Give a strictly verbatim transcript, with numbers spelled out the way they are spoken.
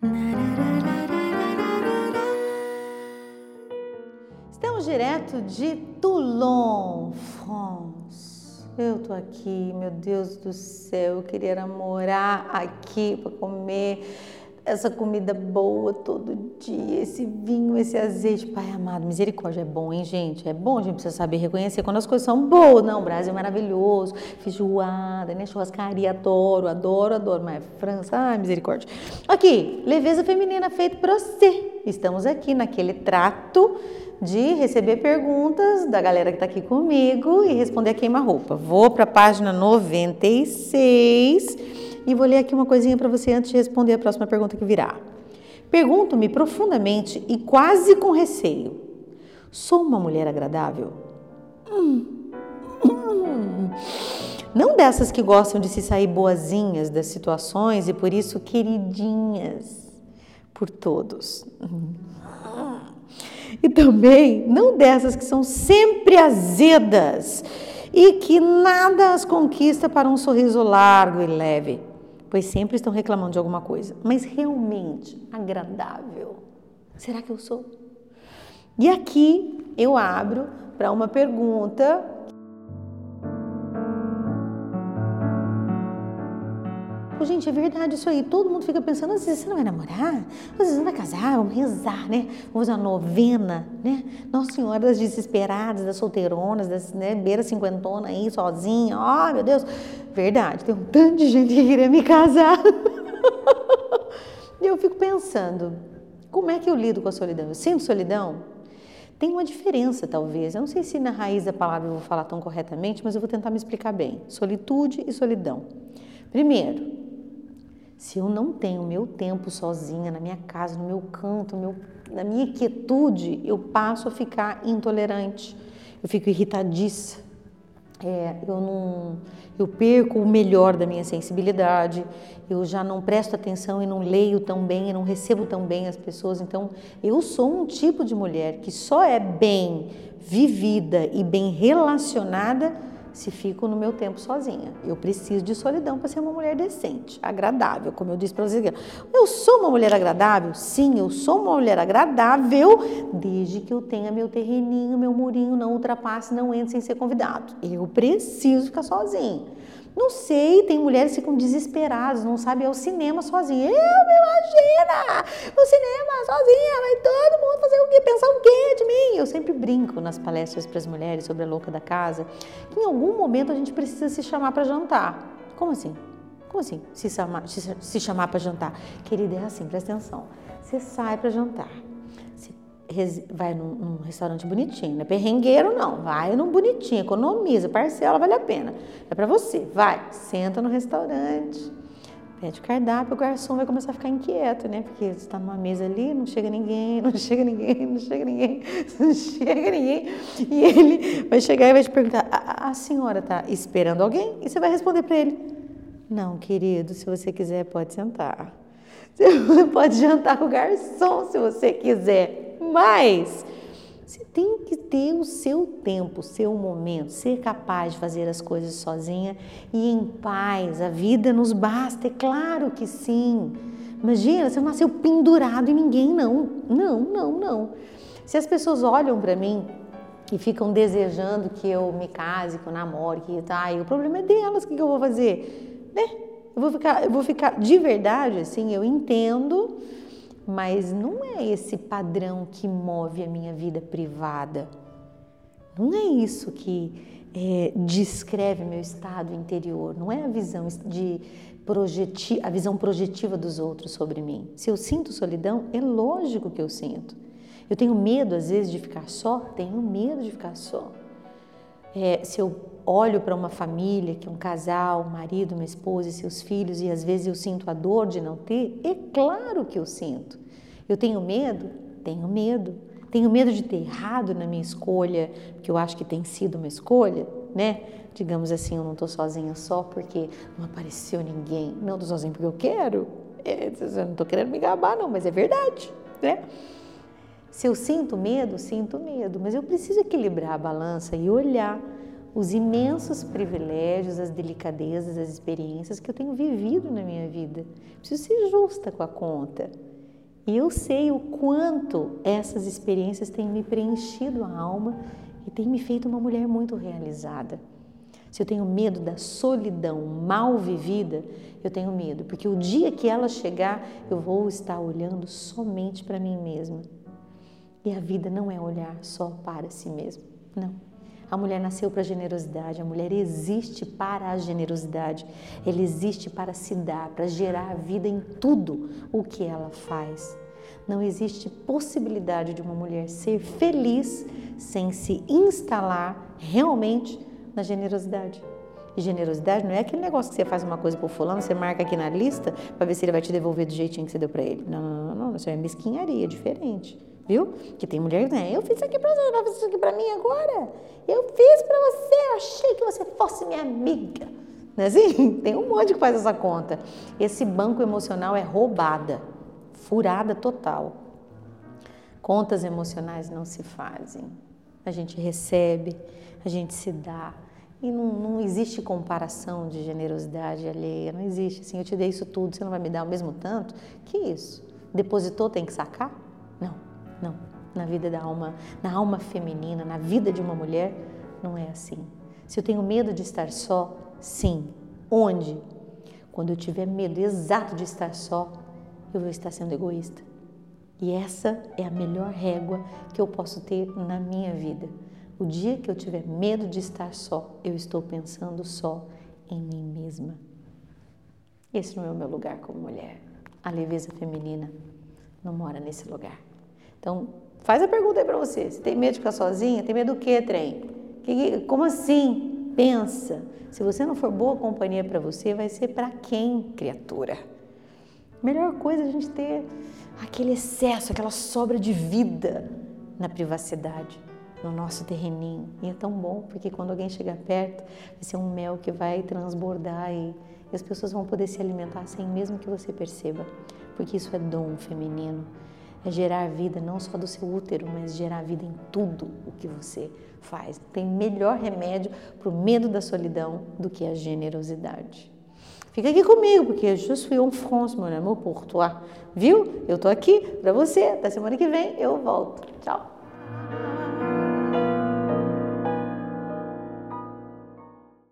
Estamos direto de Toulon, France. Eu tô aqui, meu Deus do céu, eu queria namorar aqui para comer essa comida boa todo dia, esse vinho, esse azeite. Pai amado, misericórdia, é bom, hein, gente? É bom, a gente precisa saber reconhecer quando as coisas são boas. Não, o Brasil é maravilhoso, feijoada, né, churrascaria, adoro, adoro, adoro, mas França, ai, misericórdia. Aqui, leveza feminina feita para você. Estamos aqui naquele trato de receber perguntas da galera que tá aqui comigo e responder a queima-roupa. Vou para a página noventa e seis e vou ler aqui uma coisinha para você antes de responder a próxima pergunta que virá. Pergunto-me profundamente e quase com receio: sou uma mulher agradável? Hum, hum. Não dessas que gostam de se sair boazinhas das situações e por isso queridinhas por todos. E também não dessas que são sempre azedas e que nada as conquista para um sorriso largo e leve, pois sempre estão reclamando de alguma coisa. Mas realmente agradável, será que eu sou? E aqui eu abro para uma pergunta. Gente, é verdade isso aí, todo mundo fica pensando, às vezes você não vai namorar, às vezes você não vai casar, vamos rezar, né? Vamos fazer uma novena, né? Nossa Senhora das desesperadas, das solteironas, das né, beira cinquentona aí, sozinha, ó, oh, meu Deus. Verdade, tem um tanto de gente que queria me casar. E eu fico pensando, como é que eu lido com a solidão? Eu sinto solidão? Tem uma diferença, talvez, eu não sei se na raiz da palavra eu vou falar tão corretamente, mas eu vou tentar me explicar bem. Solitude e solidão. Primeiro, se eu não tenho meu tempo sozinha, na minha casa, no meu canto, meu, na minha quietude, eu passo a ficar intolerante, eu fico irritadiça, é, eu, não, eu perco o melhor da minha sensibilidade, eu já não presto atenção e não leio tão bem, e não recebo tão bem as pessoas. Então, eu sou um tipo de mulher que só é bem vivida e bem relacionada se fico no meu tempo sozinha. Eu preciso de solidão para ser uma mulher decente, agradável, como eu disse para vocês. Eu sou uma mulher agradável? Sim, eu sou uma mulher agradável, desde que eu tenha meu terreninho, meu murinho, não ultrapasse, não entre sem ser convidado. Eu preciso ficar sozinha. Não sei, tem mulheres que ficam desesperadas, não sabem ir ao cinema sozinha. Eu me imagina, no cinema sozinha, vai todo mundo fazer o quê? Pensar o quê de mim? Eu sempre brinco nas palestras para as mulheres sobre a louca da casa, que em algum momento a gente precisa se chamar para jantar. Como assim? Como assim? Se chamar, se, se chamar para jantar? Querida, é assim, presta atenção. Você sai para jantar. Vai num, num restaurante bonitinho, não é perrengueiro não, vai num bonitinho, economiza, parcela, vale a pena, é pra você, vai, senta no restaurante, pede cardápio, o garçom vai começar a ficar inquieto, né, porque você tá numa mesa ali, não chega ninguém, não chega ninguém, não chega ninguém, não chega ninguém, e ele vai chegar e vai te perguntar, a, a senhora tá esperando alguém? E você vai responder pra ele, não, querido, se você quiser pode sentar, você pode jantar com o garçom se você quiser. Mas você tem que ter o seu tempo, o seu momento, ser capaz de fazer as coisas sozinha e em paz. A vida nos basta, é claro que sim. Imagina, você nasceu pendurado e ninguém não. Não, não, não. Se as pessoas olham para mim e ficam desejando que eu me case, que eu namore, que tá, e o problema é delas, o que eu vou fazer? Né? Eu vou ficar, eu vou ficar de verdade, assim, eu entendo. Mas não é esse padrão que move a minha vida privada. Não é isso que é, descreve meu estado interior. Não é a visão, de projeti- a visão projetiva dos outros sobre mim. Se eu sinto solidão, é lógico que eu sinto. Eu tenho medo, às vezes, de ficar só? Tenho medo de ficar só. É, se eu olho para uma família, que é um casal, um marido, uma esposa e seus filhos, e às vezes eu sinto a dor de não ter, é claro que eu sinto. Eu tenho medo? Tenho medo. Tenho medo de ter errado na minha escolha, porque eu acho que tem sido uma escolha, né? Digamos assim, eu não estou sozinha só porque não apareceu ninguém. Não estou sozinha porque eu quero. É, eu não estou querendo me gabar não, mas é verdade, né? Se eu sinto medo, sinto medo, mas eu preciso equilibrar a balança e olhar os imensos privilégios, as delicadezas, as experiências que eu tenho vivido na minha vida. Preciso ser justa com a conta. E eu sei o quanto essas experiências têm me preenchido a alma e têm me feito uma mulher muito realizada. Se eu tenho medo da solidão mal vivida, eu tenho medo, porque o dia que ela chegar, eu vou estar olhando somente para mim mesma. E a vida não é olhar só para si mesma, não. A mulher nasceu para a generosidade, a mulher existe para a generosidade, ela existe para se dar, para gerar vida em tudo o que ela faz. Não existe possibilidade de uma mulher ser feliz sem se instalar realmente na generosidade. E generosidade não é aquele negócio que você faz uma coisa por fulano, você marca aqui na lista para ver se ele vai te devolver do jeitinho que você deu para ele. Não, não, não, não, isso é mesquinharia, diferente, viu? Que tem mulher que, né, eu fiz isso aqui para você, vai fazer isso aqui para mim agora. Eu fiz para você, eu achei que você fosse minha amiga. Não é assim? Tem um monte que faz essa conta. Esse banco emocional é roubada, furada total. Contas emocionais não se fazem. A gente recebe, a gente se dá. E não, não existe comparação de generosidade alheia, não existe. Assim, eu te dei isso tudo, você não vai me dar o mesmo tanto? Que isso? Depositou, tem que sacar? Não, não. Na vida da alma, na alma feminina, na vida de uma mulher, não é assim. Se eu tenho medo de estar só, sim. Onde? Quando eu tiver medo exato de estar só, eu vou estar sendo egoísta. E essa é a melhor régua que eu posso ter na minha vida. O dia que eu tiver medo de estar só, eu estou pensando só em mim mesma. Esse não é o meu lugar como mulher. A leveza feminina não mora nesse lugar. Então, faz a pergunta aí pra você. Você tem medo de ficar sozinha? Tem medo do quê, trem? Que, como assim? Pensa. Se você não for boa companhia para você, vai ser para quem, criatura? Melhor coisa é a gente ter aquele excesso, aquela sobra de vida na privacidade, no nosso terreninho. E é tão bom, porque quando alguém chegar perto, vai ser um mel que vai transbordar e, e as pessoas vão poder se alimentar sem mesmo que você perceba, porque isso é dom feminino. É gerar vida não só do seu útero, mas gerar vida em tudo o que você faz. Não tem melhor remédio para o medo da solidão do que a generosidade. Fica aqui comigo, porque je suis en France, mon amour, pour toi. Viu? Eu tô aqui para você. Da semana que vem eu volto. Tchau.